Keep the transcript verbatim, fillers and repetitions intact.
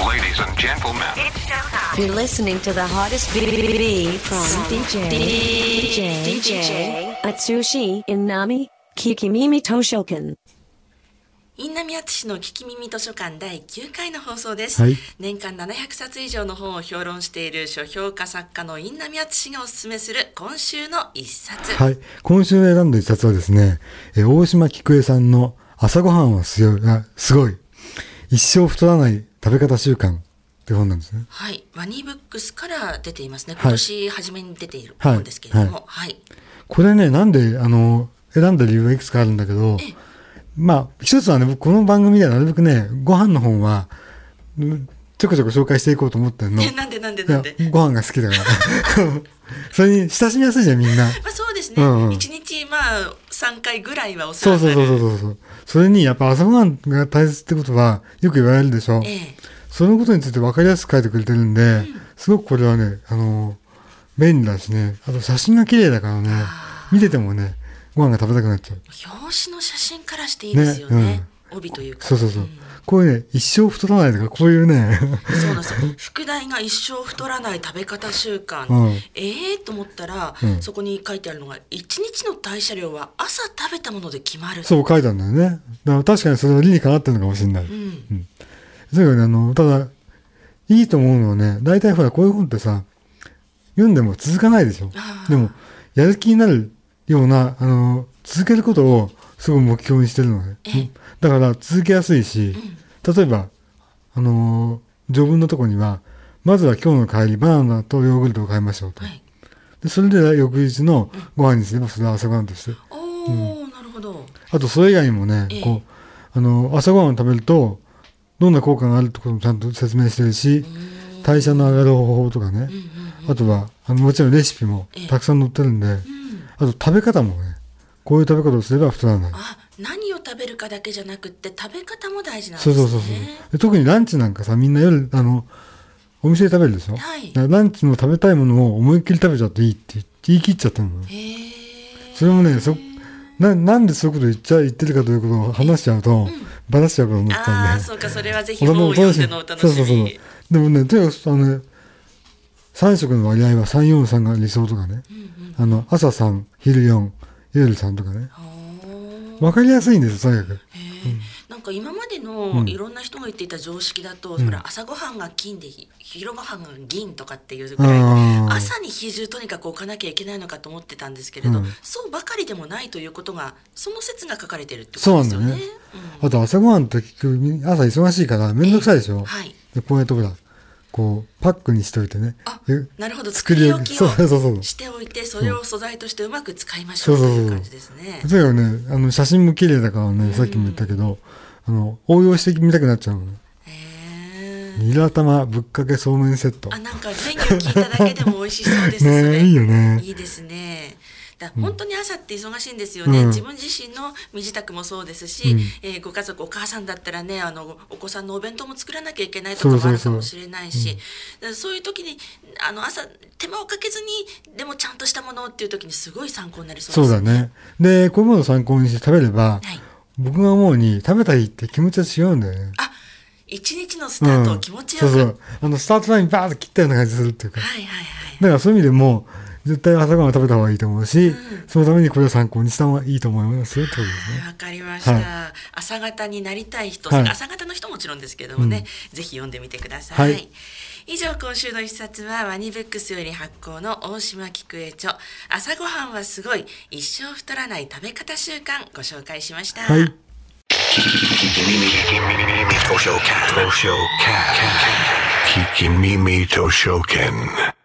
Ladies and gentlemen, You're listening to the hottest B from DJ DJ Atsushi Inami Kikimimi Toshokan。 印南敦の聞き耳図書館だいきゅうかいの放送です、 はい、 年間ななひゃくさつ以上の本を評論している書評家作家の印南敦がおすすめする今週の一冊。 はい、今週選んだ一冊はですね、え大島菊江さんの朝ごはんはすごい、あ、すごい一生太らない食べ方習慣って本なんですね。 はい、ワニーブックスから出ていますね。今年初めに出ている本ですけれども、はいはいはい、これね、なんであの選んだ理由がいくつかあるんだけど、えまあ一つはね、この番組ではなるべくね、ご飯の本はちょこちょこ紹介していこうと思ってるの。 えなんでなんでなんで。 ご飯が好きだからそれに親しみやすいじゃんみんな。 まあそうですね、うんうん、いちにちまあさんかいぐらいはお世話になる。 そうそうそうそうそう。それにやっぱ朝ごはんが大切ってことはよく言われるでしょ、ええ、そのことについて分かりやすく書いてくれてるんで、うん、すごくこれはね、あの便利だしね、あと写真が綺麗だからね、見ててもねご飯が食べたくなっちゃう。 表紙の写真からしていいですよね、ね、うん、帯というか。 そうそうそう、うん、こういうね、一生太らないとかこういうねそうなんですよ。副題が一生太らない食べ方習慣、うん、ええー、と思ったら、うん、そこに書いてあるのがいちにちの代謝量は朝食べたもので決まる。 そう書いてあるんだよね。だから確かにそれは理にかなってるのかもしれない、うんうん、それからね、あのただいいと思うのはね、大体ほらこういう本ってさ読んでも続かないでしょ。でもやる気になるようなあの続けることをすごい目標にしてるのね。だから続けやすいし、うん、例えばあの序文のところにはまずは今日の帰りバナナとヨーグルトを買いましょうと、はい、でそれで翌日のご飯にすればそれは朝ごはんとして、 うん、おー、なるほど。 あとそれ以外にもね、えー、こうあの朝ごはんを食べるとどんな効果があるってこともちゃんと説明してるし、代謝の上がる方法とかね、うんうんうん、あとはあのもちろんレシピもたくさん載ってるんで、えーうん、あと食べ方もね、こういう食べ方をすれば太らない。 あ、何を食べるかだけじゃなくって食べ方も大事なんですね。 そうそうそうそう。で特にランチなんかさ、みんな夜あのお店で食べるでしょ、はい、ランチの食べたいものを思いっきり食べちゃっていいって言い切っちゃったの。へそれもね、そな, なんでそういうこと言っちゃ言ってるかということを話しちゃうと、うん、バラしちゃうから思ったんで。 ああ、そうか、それはぜひ本を読んでのお楽しみ。そうそうそう。 でもね、とにかくあのね、さん食の割合はさんよんさんが理想とかね、うんうん、あの朝さん、昼よん、夜さんとかね、分かりやすいんですよ、とにかく。へ、うん、 なんか今までのいろんな人が言っていた常識だと、うん、ほら朝ごはんが金で昼ごはんが銀とかっていうぐらい、朝に比重とにかく置かなきゃいけないのかと思ってたんですけれど、うん、そうばかりでもないということが、その説が書かれてるってことですよね。そうなんだね、 うん、あと朝ごはんって結局朝忙しいからめんどくさいでしょ、はい、でこうやってほらこうパックにしておいてね。 あ、なるほど、作り置きをしておいて、それを素材としてうまく使いましょうという感じですね。 そうそうそう。例えばね、あの写真も綺麗だからね、うん、さっきも言ったけど、あの応用してみたくなっちゃうのね。へー。ニラ玉ぶっかけそうめんセット。 あ、なんかメニュー聞いただけでも美味しそうです。ね、それいいよね。 いいですね。だ本当に朝って忙しいんですよね、うん、自分自身の身支度もそうですし、うんえー、ご家族お母さんだったらね、あのお子さんのお弁当も作らなきゃいけないとかもあるかもしれないし、そうそうそう、うん、そういう時にあの朝手間をかけずにでもちゃんとしたものっていう時にすごい参考になりそうですね。 そうだね。でこういうものを参考にして食べれば、はい、僕が思うに食べた日って気持ちは違うんだよね。 あ、一日のスタートを気持ちよく、うん、 そうそう、あのスタートラインバーッと切ったような感じするっていうか、 はいはいはい、 だからそういう意味でも絶対朝ごはん食べた方がいいと思うし、うん、そのためにこれを参考にした方がいいと思いますよってことですね。 わかりました、はい、朝方になりたい人、はい、朝方の人もちろんですけどもね、うん、ぜひ読んでみてください、はい、以上今週の一冊はワニブックスより発行の大島菊江著朝ごはんはすごい一生太らない食べ方習慣ご紹介しました。はい、 Kikimimi Toshoken.